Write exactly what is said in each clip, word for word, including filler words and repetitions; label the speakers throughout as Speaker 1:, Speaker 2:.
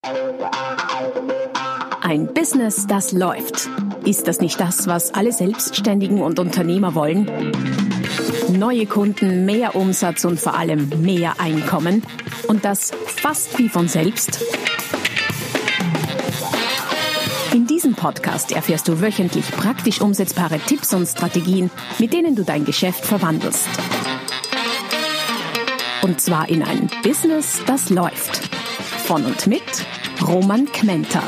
Speaker 1: Ein Business, das läuft. Ist das nicht das, was alle Selbstständigen und Unternehmer wollen? Neue Kunden, mehr Umsatz und vor allem mehr Einkommen. Und das fast wie von selbst? In diesem Podcast erfährst du wöchentlich praktisch umsetzbare Tipps und Strategien, mit denen du dein Geschäft verwandelst. Und zwar in ein Business, das läuft. Von und mit Roman Kmenter.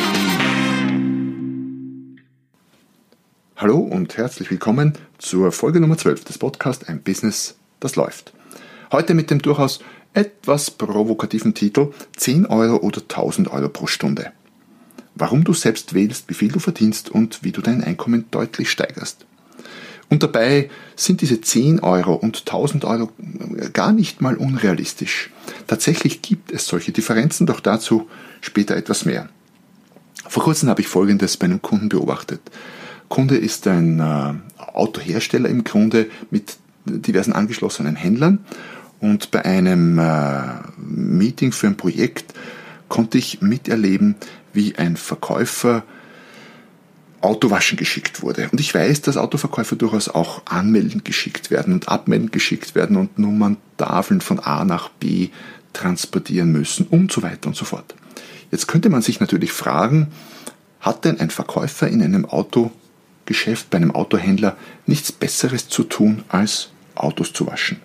Speaker 2: Hallo und herzlich willkommen zur Folge Nummer zwölf des Podcasts Ein Business, das läuft. Heute mit dem durchaus etwas provokativen Titel zehn Euro oder tausend Euro pro Stunde. Warum du selbst wählst, wie viel du verdienst und wie du dein Einkommen deutlich steigerst. Und dabei sind diese zehn Euro und tausend Euro gar nicht mal unrealistisch. Tatsächlich gibt es solche Differenzen, doch dazu später etwas mehr. Vor kurzem habe ich Folgendes bei einem Kunden beobachtet. Kunde ist ein äh, Autohersteller im Grunde mit diversen angeschlossenen Händlern und bei einem äh, Meeting für ein Projekt konnte ich miterleben, wie ein Verkäufer Autowaschen geschickt wurde. Und ich weiß, dass Autoverkäufer durchaus auch anmelden geschickt werden und abmelden geschickt werden und Nummern, Tafeln von A nach B transportieren müssen und so weiter und so fort. Jetzt könnte man sich natürlich fragen, hat denn ein Verkäufer in einem Autogeschäft, bei einem Autohändler nichts Besseres zu tun, als Autos zu waschen?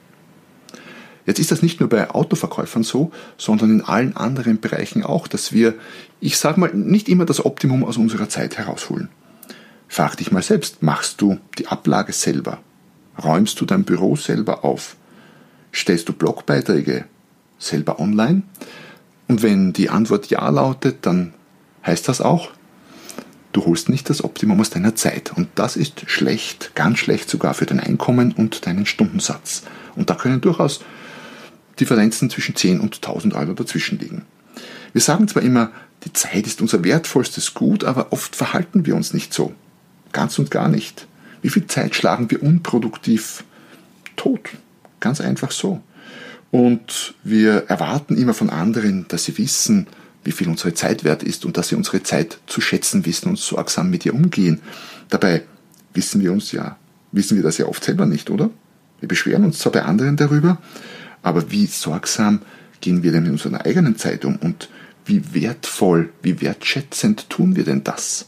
Speaker 2: Jetzt ist das nicht nur bei Autoverkäufern so, sondern in allen anderen Bereichen auch, dass wir, ich sage mal, nicht immer das Optimum aus unserer Zeit herausholen. Frag dich mal selbst, machst du die Ablage selber? Räumst du dein Büro selber auf? Stellst du Blogbeiträge selber online? Und wenn die Antwort ja lautet, dann heißt das auch, du holst nicht das Optimum aus deiner Zeit. Und das ist schlecht, ganz schlecht sogar für dein Einkommen und deinen Stundensatz. Und da können durchaus Differenzen zwischen zehn und tausend Euro dazwischen liegen. Wir sagen zwar immer, die Zeit ist unser wertvollstes Gut, aber oft verhalten wir uns nicht so. Ganz und gar nicht. Wie viel Zeit schlagen wir unproduktiv tot? Ganz einfach so. Und wir erwarten immer von anderen, dass sie wissen, wie viel unsere Zeit wert ist und dass sie unsere Zeit zu schätzen wissen und sorgsam mit ihr umgehen. Dabei wissen wir uns ja, wissen wir das ja oft selber nicht, oder? Wir beschweren uns zwar bei anderen darüber, aber wie sorgsam gehen wir denn mit unserer eigenen Zeit um und wie wertvoll, wie wertschätzend tun wir denn das?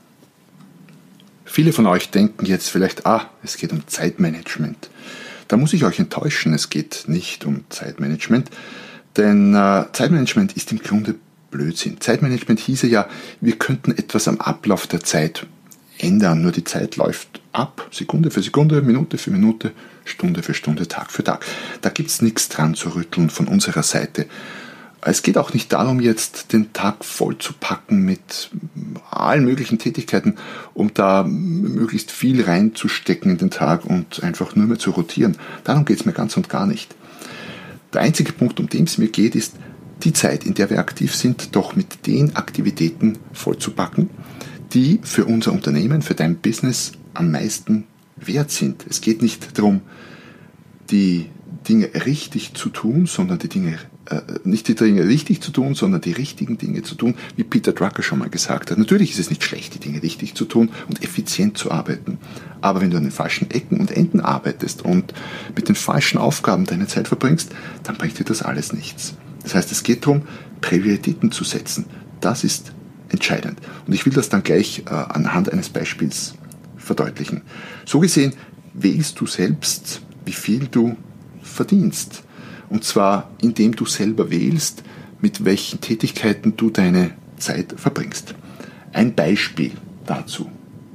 Speaker 2: Viele von euch denken jetzt vielleicht, ah, es geht um Zeitmanagement. Da muss ich euch enttäuschen, es geht nicht um Zeitmanagement, denn äh, Zeitmanagement ist im Grunde Blödsinn. Zeitmanagement hieße ja, wir könnten etwas am Ablauf der Zeit ändern, nur die Zeit läuft ab, Sekunde für Sekunde, Minute für Minute, Stunde für Stunde, Tag für Tag. Da gibt es nichts dran zu rütteln von unserer Seite. Es geht auch nicht darum, jetzt den Tag voll zu packen mit allen möglichen Tätigkeiten, um da möglichst viel reinzustecken in den Tag und einfach nur mehr zu rotieren. Darum geht es mir ganz und gar nicht. Der einzige Punkt, um den es mir geht, ist, die Zeit, in der wir aktiv sind, doch mit den Aktivitäten vollzupacken, die für unser Unternehmen, für dein Business am meisten wert sind. Es geht nicht darum, die Dinge richtig zu tun, sondern die Dinge, äh, nicht die Dinge richtig zu tun, sondern die richtigen Dinge zu tun, wie Peter Drucker schon mal gesagt hat. Natürlich ist es nicht schlecht, die Dinge richtig zu tun und effizient zu arbeiten. Aber wenn du an den falschen Ecken und Enden arbeitest und mit den falschen Aufgaben deine Zeit verbringst, dann bringt dir das alles nichts. Das heißt, es geht darum, Prioritäten zu setzen. Das ist entscheidend. Und ich will das dann gleich äh, anhand eines Beispiels verdeutlichen. So gesehen wählst du selbst, wie viel du verdienst. Und zwar, indem du selber wählst, mit welchen Tätigkeiten du deine Zeit verbringst. Ein Beispiel dazu.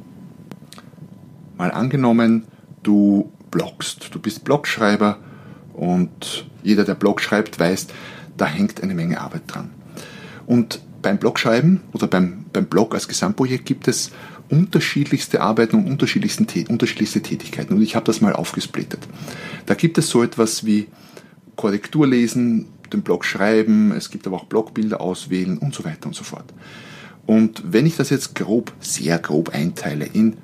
Speaker 2: Mal angenommen, du bloggst. Du bist Blogschreiber und jeder, der Blog schreibt, weiß, da hängt eine Menge Arbeit dran. Und beim Blogschreiben oder beim, beim Blog als Gesamtprojekt gibt es unterschiedlichste Arbeiten und unterschiedlichste, unterschiedlichste Tätigkeiten. Und ich habe das mal aufgesplittet. Da gibt es so etwas wie Korrektur lesen, den Blog schreiben, es gibt aber auch Blogbilder auswählen und so weiter und so fort. Und wenn ich das jetzt grob, sehr grob einteile in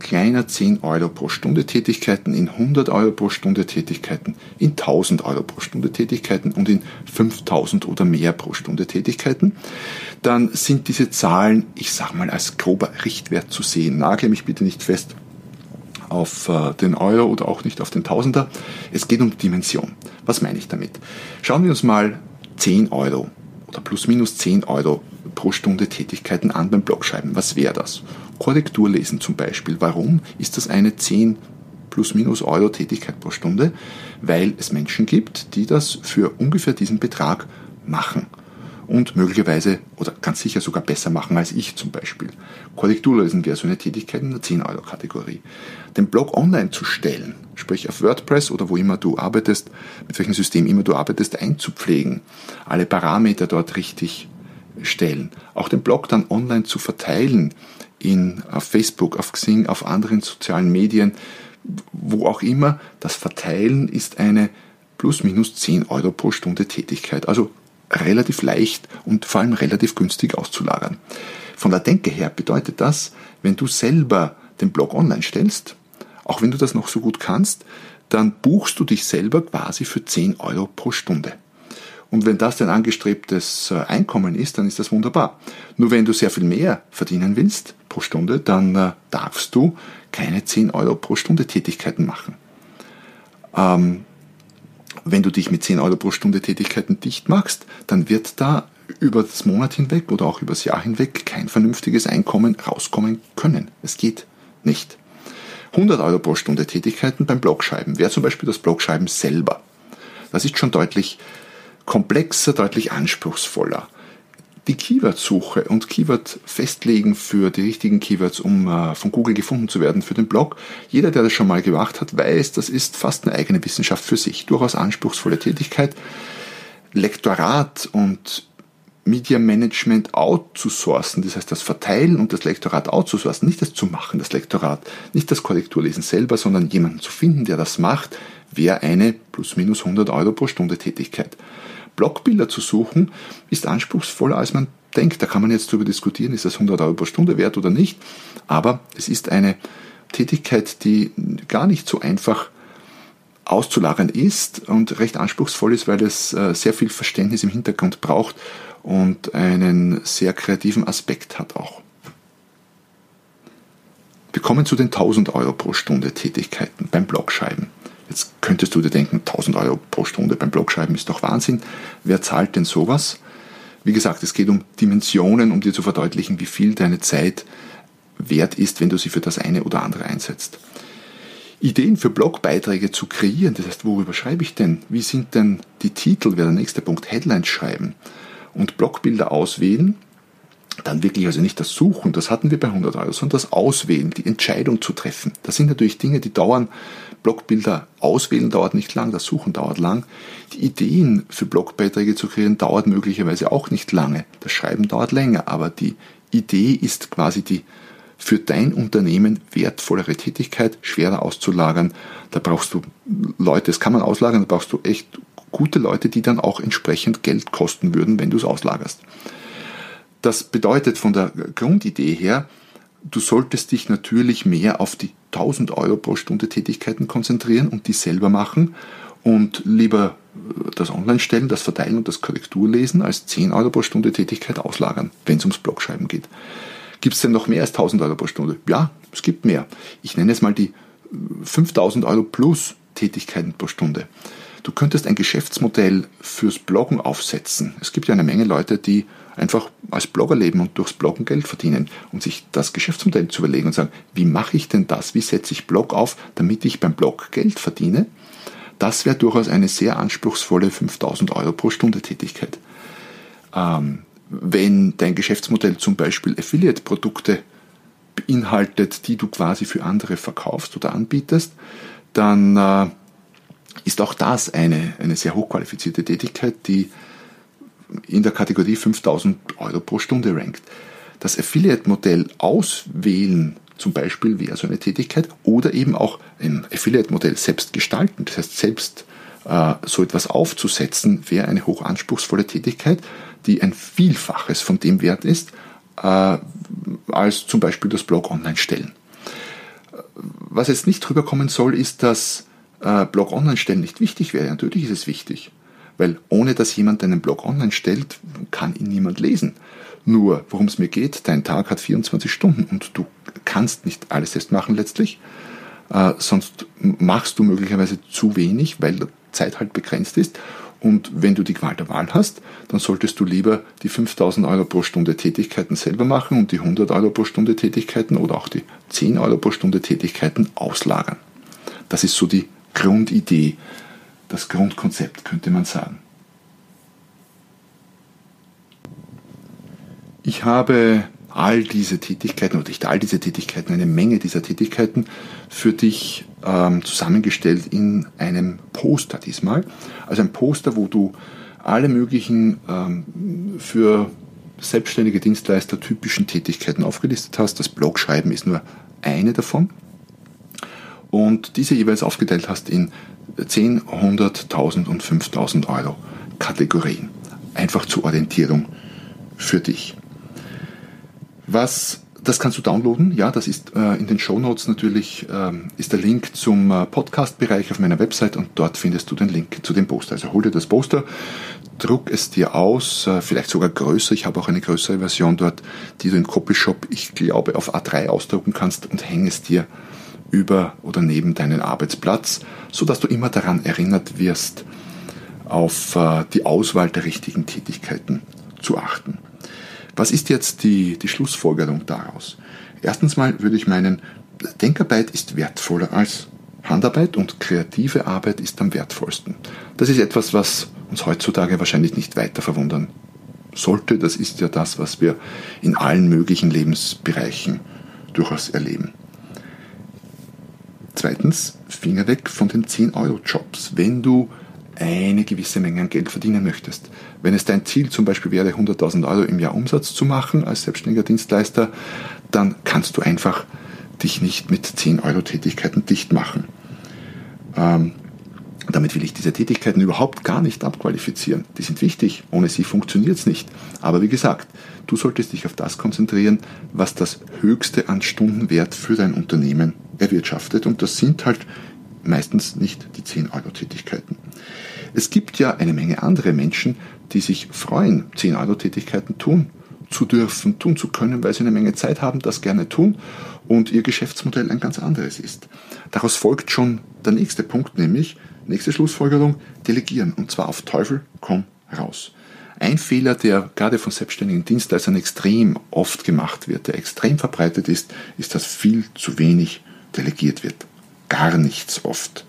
Speaker 2: kleiner zehn Euro pro Stunde Tätigkeiten, in hundert Euro pro Stunde Tätigkeiten, in tausend Euro pro Stunde Tätigkeiten und in fünftausend oder mehr pro Stunde Tätigkeiten, dann sind diese Zahlen, ich sage mal, als grober Richtwert zu sehen. Nagel mich bitte nicht fest auf den Euro oder auch nicht auf den Tausender. Es geht um die Dimension. Was meine ich damit? Schauen wir uns mal zehn Euro oder plus minus zehn Euro pro Stunde Tätigkeiten an beim Blogschreiben. Was wäre das? Korrektur lesen zum Beispiel. Warum ist das eine zehn plus minus Euro Tätigkeit pro Stunde? Weil es Menschen gibt, die das für ungefähr diesen Betrag machen. Und möglicherweise oder ganz sicher sogar besser machen als ich zum Beispiel. Korrekturlesen wäre so eine Tätigkeit in der zehn Euro Kategorie. Den Blog online zu stellen, sprich auf WordPress oder wo immer du arbeitest, mit welchem System immer du arbeitest, einzupflegen, alle Parameter dort richtig stellen, auch den Blog dann online zu verteilen, in, auf Facebook, auf Xing, auf anderen sozialen Medien, wo auch immer, das Verteilen ist eine plus minus zehn Euro pro Stunde Tätigkeit, also relativ leicht und vor allem relativ günstig auszulagern. Von der Denke her bedeutet das, wenn du selber den Blog online stellst, auch wenn du das noch so gut kannst, dann buchst du dich selber quasi für zehn Euro pro Stunde. Und wenn das dein angestrebtes Einkommen ist, dann ist das wunderbar. Nur wenn du sehr viel mehr verdienen willst pro Stunde, dann darfst du keine zehn Euro pro Stunde Tätigkeiten machen. Ähm, Wenn du dich mit zehn Euro pro Stunde Tätigkeiten dicht machst, dann wird da über das Monat hinweg oder auch über das Jahr hinweg kein vernünftiges Einkommen rauskommen können. Es geht nicht. hundert Euro pro Stunde Tätigkeiten beim Blogschreiben wäre zum Beispiel das Blogschreiben selber. Das ist schon deutlich komplexer, deutlich anspruchsvoller. Die Keyword-Suche und Keyword-Festlegen für die richtigen Keywords, um äh, von Google gefunden zu werden für den Blog. Jeder, der das schon mal gemacht hat, weiß, das ist fast eine eigene Wissenschaft für sich. Durchaus anspruchsvolle Tätigkeit. Lektorat und Media Management outzusourcen, das heißt das Verteilen und das Lektorat outzusourcen, nicht das zu machen, das Lektorat, nicht das Korrekturlesen selber, sondern jemanden zu finden, der das macht, wäre eine plus minus hundert Euro pro Stunde Tätigkeit. Blogbilder zu suchen, ist anspruchsvoller, als man denkt. Da kann man jetzt darüber diskutieren, ist das hundert Euro pro Stunde wert oder nicht. Aber es ist eine Tätigkeit, die gar nicht so einfach auszulagern ist und recht anspruchsvoll ist, weil es sehr viel Verständnis im Hintergrund braucht und einen sehr kreativen Aspekt hat auch. Wir kommen zu den tausend Euro pro Stunde Tätigkeiten beim Blogschreiben. Jetzt könntest du dir denken, tausend Euro pro Stunde beim Blogschreiben ist doch Wahnsinn. Wer zahlt denn sowas? Wie gesagt, es geht um Dimensionen, um dir zu verdeutlichen, wie viel deine Zeit wert ist, wenn du sie für das eine oder andere einsetzt. Ideen für Blogbeiträge zu kreieren, das heißt, worüber schreibe ich denn? Wie sind denn die Titel, wäre der nächste Punkt, Headlines schreiben und Blogbilder auswählen. Dann wirklich also nicht das Suchen, das hatten wir bei hundert Euro, sondern das Auswählen, die Entscheidung zu treffen. Das sind natürlich Dinge, die dauern. Blogbilder auswählen dauert nicht lang, das Suchen dauert lang. Die Ideen für Blogbeiträge zu kreieren dauert möglicherweise auch nicht lange. Das Schreiben dauert länger, aber die Idee ist quasi die für dein Unternehmen wertvollere Tätigkeit, schwerer auszulagern. Da brauchst du Leute, das kann man auslagern, da brauchst du echt gute Leute, die dann auch entsprechend Geld kosten würden, wenn du es auslagerst. Das bedeutet von der Grundidee her, du solltest dich natürlich mehr auf die tausend Euro pro Stunde Tätigkeiten konzentrieren und die selber machen und lieber das Online-Stellen, das Verteilen und das Korrekturlesen als zehn Euro pro Stunde Tätigkeit auslagern, wenn es ums Blogschreiben geht. Gibt es denn noch mehr als tausend Euro pro Stunde? Ja, es gibt mehr. Ich nenne es mal die fünftausend Euro plus Tätigkeiten pro Stunde. Du könntest ein Geschäftsmodell fürs Bloggen aufsetzen. Es gibt ja eine Menge Leute, die einfach als Blogger leben und durchs Bloggen Geld verdienen und sich das Geschäftsmodell zu überlegen und sagen, wie mache ich denn das? Wie setze ich Blog auf, damit ich beim Blog Geld verdiene? Das wäre durchaus eine sehr anspruchsvolle fünftausend Euro pro Stunde Tätigkeit. Ähm, wenn dein Geschäftsmodell zum Beispiel Affiliate-Produkte beinhaltet, die du quasi für andere verkaufst oder anbietest, dann äh, ist auch das eine, eine sehr hochqualifizierte Tätigkeit, die in der Kategorie fünftausend Euro pro Stunde rankt. Das Affiliate-Modell auswählen zum Beispiel wäre so eine Tätigkeit oder eben auch ein Affiliate-Modell selbst gestalten, das heißt selbst äh, so etwas aufzusetzen, wäre eine hochanspruchsvolle Tätigkeit, die ein Vielfaches von dem wert ist, äh, als zum Beispiel das Blog online stellen. was jetzt nicht rüberkommen soll, ist, dass äh, Blog online stellen nicht wichtig wäre. Natürlich ist es wichtig, weil ohne dass jemand einen Blog online stellt, kann ihn niemand lesen. Nur, worum es mir geht, dein Tag hat vierundzwanzig Stunden und du kannst nicht alles selbst machen letztlich, äh, sonst machst du möglicherweise zu wenig, weil die Zeit halt begrenzt ist. Und wenn du die Qual der Wahl hast, dann solltest du lieber die fünftausend Euro pro Stunde Tätigkeiten selber machen und die hundert Euro pro Stunde Tätigkeiten oder auch die zehn Euro pro Stunde Tätigkeiten auslagern. Das ist so die Grundidee, das Grundkonzept, könnte man sagen. Ich habe all diese Tätigkeiten, oder nicht all diese Tätigkeiten, eine Menge dieser Tätigkeiten für dich ähm, zusammengestellt in einem Poster diesmal. Also ein Poster, wo du alle möglichen ähm, für selbstständige Dienstleister typischen Tätigkeiten aufgelistet hast. Das Blogschreiben ist nur eine davon. Und diese jeweils aufgeteilt hast in zehn, hundert, tausend und fünftausend Euro Kategorien. Einfach zur Orientierung für dich. Was, das kannst du downloaden, ja, das ist äh, in den Shownotes natürlich, ähm, ist der Link zum äh, Podcast-Bereich auf meiner Website und dort findest du den Link zu dem Poster. Also hol dir das Poster, druck es dir aus, äh, vielleicht sogar größer, ich habe auch eine größere Version dort, die du im Copyshop, ich glaube, auf A drei ausdrucken kannst und häng es dir über oder neben deinen Arbeitsplatz, sodass du immer daran erinnert wirst, auf äh, die Auswahl der richtigen Tätigkeiten zu achten. Was ist jetzt die, die Schlussfolgerung daraus? Erstens mal würde ich meinen, Denkarbeit ist wertvoller als Handarbeit und kreative Arbeit ist am wertvollsten. Das ist etwas, was uns heutzutage wahrscheinlich nicht weiter verwundern sollte. Das ist ja das, was wir in allen möglichen Lebensbereichen durchaus erleben. Zweitens, Finger weg von den zehn Euro Jobs. Wenn du eine gewisse Menge an Geld verdienen möchtest. Wenn es dein Ziel zum Beispiel wäre, hunderttausend Euro im Jahr Umsatz zu machen als selbstständiger Dienstleister, dann kannst du einfach dich nicht mit zehn Euro Tätigkeiten dicht machen. Ähm, damit will ich diese Tätigkeiten überhaupt gar nicht abqualifizieren. Die sind wichtig, ohne sie funktioniert es nicht. Aber wie gesagt, du solltest dich auf das konzentrieren, was das Höchste an Stundenwert für dein Unternehmen erwirtschaftet. Und das sind halt meistens nicht die zehn Euro Tätigkeiten. Es gibt ja eine Menge andere Menschen, die sich freuen, zehn Euro Tätigkeiten tun zu dürfen, tun zu können, weil sie eine Menge Zeit haben, das gerne tun und ihr Geschäftsmodell ein ganz anderes ist. Daraus folgt schon der nächste Punkt, nämlich, nächste Schlussfolgerung, delegieren und zwar auf Teufel komm raus. Ein Fehler, der gerade von selbstständigen Dienstleistern extrem oft gemacht wird, der extrem verbreitet ist, ist, dass viel zu wenig delegiert wird. Gar nichts oft.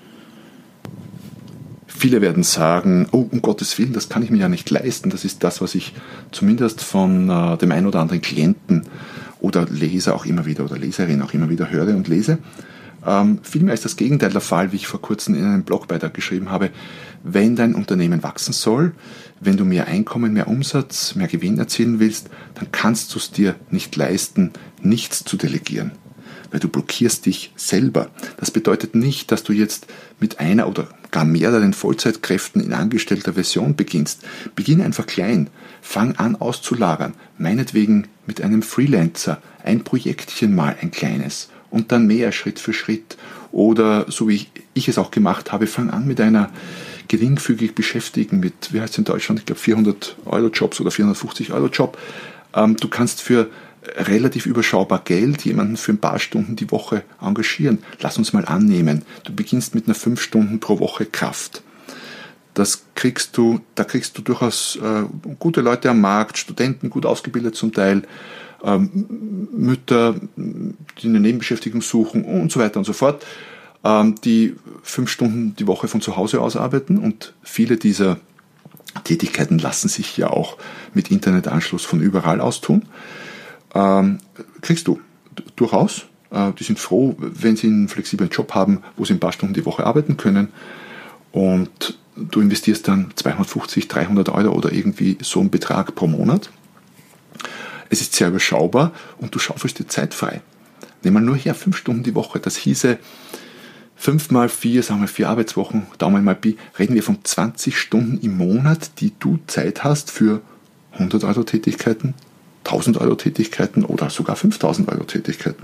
Speaker 2: Viele werden sagen, oh, um Gottes Willen, das kann ich mir ja nicht leisten. Das ist das, was ich zumindest von äh, dem einen oder anderen Klienten oder Leser auch immer wieder oder Leserin auch immer wieder höre und lese. Ähm, vielmehr ist das Gegenteil der Fall, wie ich vor kurzem in einem Blogbeitrag geschrieben habe. Wenn dein Unternehmen wachsen soll, wenn du mehr Einkommen, mehr Umsatz, mehr Gewinn erzielen willst, dann kannst du es dir nicht leisten, nichts zu delegieren. Weil du blockierst dich selber. Das bedeutet nicht, dass du jetzt mit einer oder gar mehreren Vollzeitkräften in angestellter Version beginnst. Beginn einfach klein. Fang an auszulagern. Meinetwegen mit einem Freelancer. Ein Projektchen mal, ein kleines. Und dann mehr Schritt für Schritt. Oder so wie ich, ich es auch gemacht habe, fang an mit einer geringfügig Beschäftigten mit, wie heißt es in Deutschland, ich glaube vierhundert Euro Jobs oder vierhundertfünfzig Euro Job. Ähm, du kannst für relativ überschaubar Geld jemanden für ein paar Stunden die Woche engagieren. Lass uns mal annehmen, du beginnst mit einer fünf Stunden pro Woche Kraft. Das kriegst du, da kriegst du durchaus äh, gute Leute am Markt, Studenten, gut ausgebildet zum Teil, ähm, Mütter, die eine Nebenbeschäftigung suchen und so weiter und so fort, ähm, die fünf Stunden die Woche von zu Hause aus arbeiten und viele dieser Tätigkeiten lassen sich ja auch mit Internetanschluss von überall aus tun. Ähm, kriegst du durchaus. Äh, die sind froh, wenn sie einen flexiblen Job haben, wo sie ein paar Stunden die Woche arbeiten können und du investierst dann zweihundertfünfzig, dreihundert Euro oder irgendwie so einen Betrag pro Monat. Es ist sehr überschaubar und du schaufelst dir Zeit frei. Nimm mal nur her, fünf Stunden die Woche. Das hieße fünf mal vier, sagen wir vier Arbeitswochen, Daumen mal Pi, reden wir von zwanzig Stunden im Monat, die du Zeit hast für hundert Euro Tätigkeiten, tausend Euro Tätigkeiten oder sogar fünftausend Euro Tätigkeiten.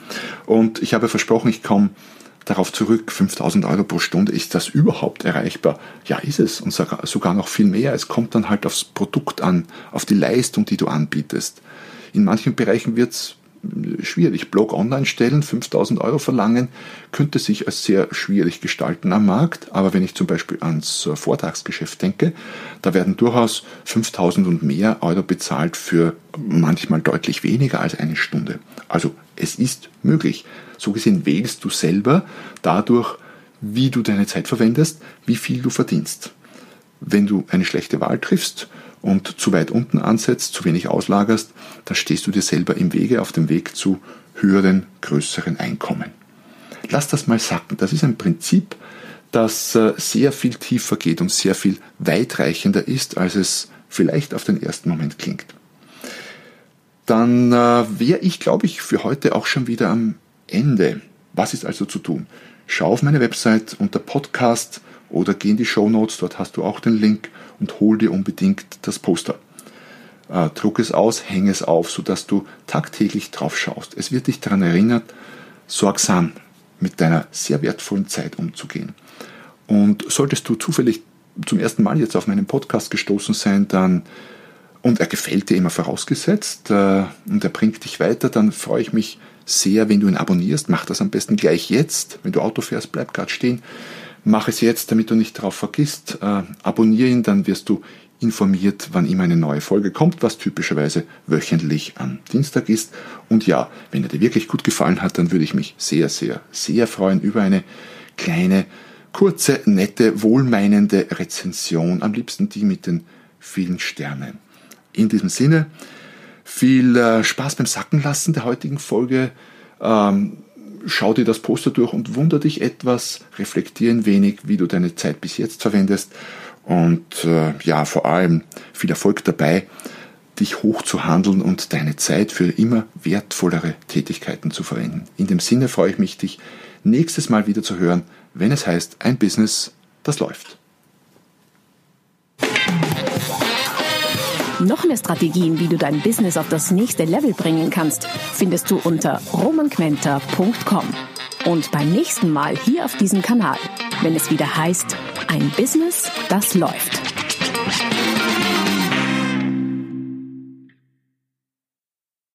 Speaker 2: Und ich habe versprochen, ich komme darauf zurück, fünftausend Euro pro Stunde, ist das überhaupt erreichbar? Ja, ist es, und sogar noch viel mehr. Es kommt dann halt aufs Produkt an, auf die Leistung, die du anbietest. In manchen Bereichen wird es schwierig. Blog online stellen, fünftausend Euro verlangen, könnte sich als sehr schwierig gestalten am Markt. Aber wenn ich zum Beispiel ans Vortragsgeschäft denke, da werden durchaus fünftausend und mehr Euro bezahlt für manchmal deutlich weniger als eine Stunde. Also es ist möglich. So gesehen wählst du selber dadurch, wie du deine Zeit verwendest, wie viel du verdienst. Wenn du eine schlechte Wahl triffst und zu weit unten ansetzt, zu wenig auslagerst, dann stehst du dir selber im Wege auf dem Weg zu höheren, größeren Einkommen. Lass das mal sacken. Das ist ein Prinzip, das sehr viel tiefer geht und sehr viel weitreichender ist, als es vielleicht auf den ersten Moment klingt. Dann wäre ich, glaube ich, für heute auch schon wieder am Ende. Was ist also zu tun? Schau auf meine Website unter Podcast oder geh in die Shownotes, dort hast du auch den Link und hol dir unbedingt das Poster. Äh, druck es aus, häng es auf, sodass du tagtäglich drauf schaust. Es wird dich daran erinnern, sorgsam mit deiner sehr wertvollen Zeit umzugehen. Und solltest du zufällig zum ersten Mal jetzt auf meinen Podcast gestoßen sein, dann und er gefällt dir immer vorausgesetzt äh, und er bringt dich weiter, dann freue ich mich sehr, wenn du ihn abonnierst. Mach das am besten gleich jetzt. Wenn du Auto fährst, bleib gerade stehen. Mach es jetzt, damit du nicht darauf vergisst. Äh, abonniere ihn, dann wirst du informiert, wann immer eine neue Folge kommt, was typischerweise wöchentlich am Dienstag ist. Und ja, wenn er dir wirklich gut gefallen hat, dann würde ich mich sehr, sehr, sehr freuen über eine kleine, kurze, nette, wohlmeinende Rezension. Am liebsten die mit den vielen Sternen. In diesem Sinne, viel äh, Spaß beim Sackenlassen der heutigen Folge. Ähm, schau dir das Poster durch und wundere dich etwas, reflektiere ein wenig, wie du deine Zeit bis jetzt verwendest und äh, ja, vor allem viel Erfolg dabei, dich hochzuhandeln und deine Zeit für immer wertvollere Tätigkeiten zu verwenden. In dem Sinne freue ich mich, dich nächstes Mal wieder zu hören, wenn es heißt, ein Business, das läuft.
Speaker 1: Noch mehr Strategien, wie du dein Business auf das nächste Level bringen kannst, findest du unter roman quenter punkt com. Und beim nächsten Mal hier auf diesem Kanal, wenn es wieder heißt, ein Business, das läuft.